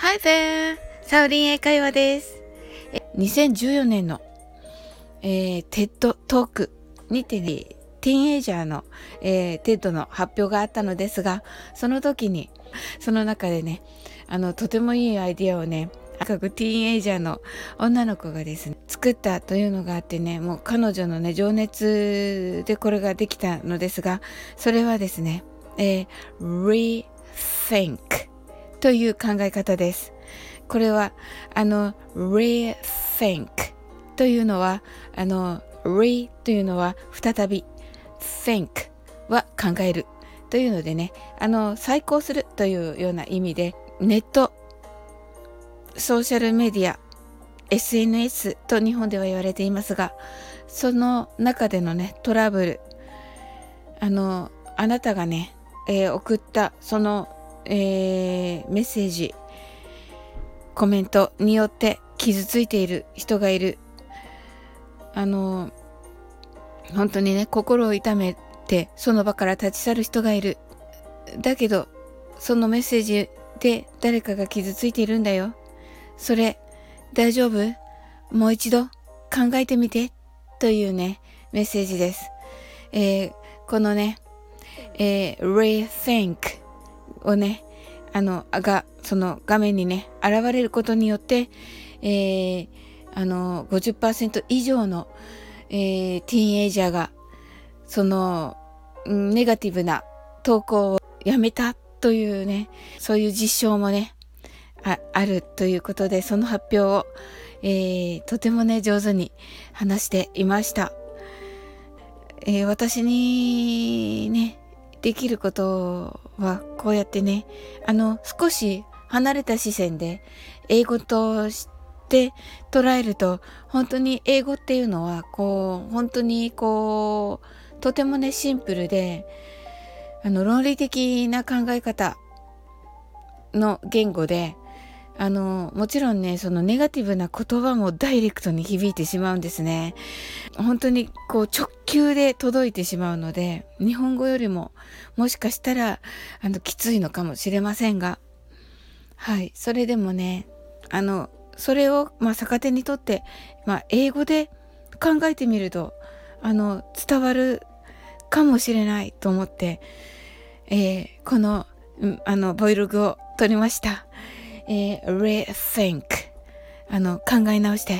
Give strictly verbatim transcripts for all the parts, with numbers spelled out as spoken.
Hi there! サオリン英会話です。にせんじゅうよねんの、えー、テッドトークにてね、ティーンエイジャーの、えー、テッドの発表があったのですが、その時に、その中でね、あの、とてもいいアイディアをね、赤くティーンエイジャーの女の子がですね、作ったというのがあってね、もう彼女のね、情熱でこれができたのですが、それはですね、えー、rethink という考え方です。これは、あの、rethink というのは、あの、re というのは再び、think は考えるというのでね、あの、再考するというような意味で、ネット、ソーシャルメディア、エスエヌエス と日本では言われていますが、その中でのね、トラブル、あの、あなたがね、えー、送ったその、えー、メッセージ、コメントによって傷ついている人がいる。あの、本当にね、心を痛めてその場から立ち去る人がいる。だけど、そのメッセージで誰かが傷ついているんだよ。それ、大丈夫？もう一度考えてみて。というね、メッセージです。えー、このね、えー、rethink をね、あの、が、その画面にね、現れることによって、えー、あの、ごじゅっパーセント 以上の、えー、ティーンエイジャーが、その、ネガティブな投稿をやめたというね、そういう実証もね、あ、あるということで、その発表を、えー、とてもね、上手に話していました。えー、私にね、できることはこうやってね、あの少し離れた視線で英語として捉えると、本当に英語っていうのはこう本当にこうとてもねシンプルで、あの論理的な考え方の言語で、あのもちろんね、そのネガティブな言葉もダイレクトに響いてしまうんですね。本当にこう直球で届いてしまうので、日本語よりももしかしたらあのきついのかもしれませんが、はい、それでもね、あのそれをまあ逆手にとって、まあ、英語で考えてみるとあの伝わるかもしれないと思って、えー、このあのボイログを取りました。えー、rethink あの考え直して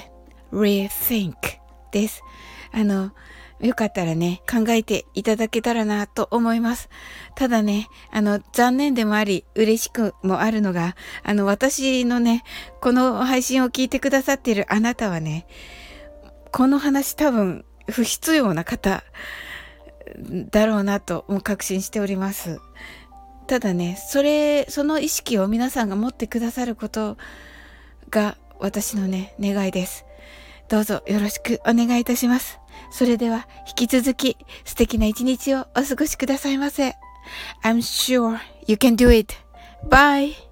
rethink です。あのよかったらね考えていただけたらなと思います。ただね、あの残念でもあり嬉しくもあるのが、あの私のねこの配信を聞いてくださっているあなたはね、この話多分不必要な方だろうなともう確信しております。ただね、それ、その意識を皆さんが持ってくださることが私のね、願いです。どうぞよろしくお願いいたします。それでは引き続き素敵な一日をお過ごしくださいませ。I'm sure you can do it. Bye!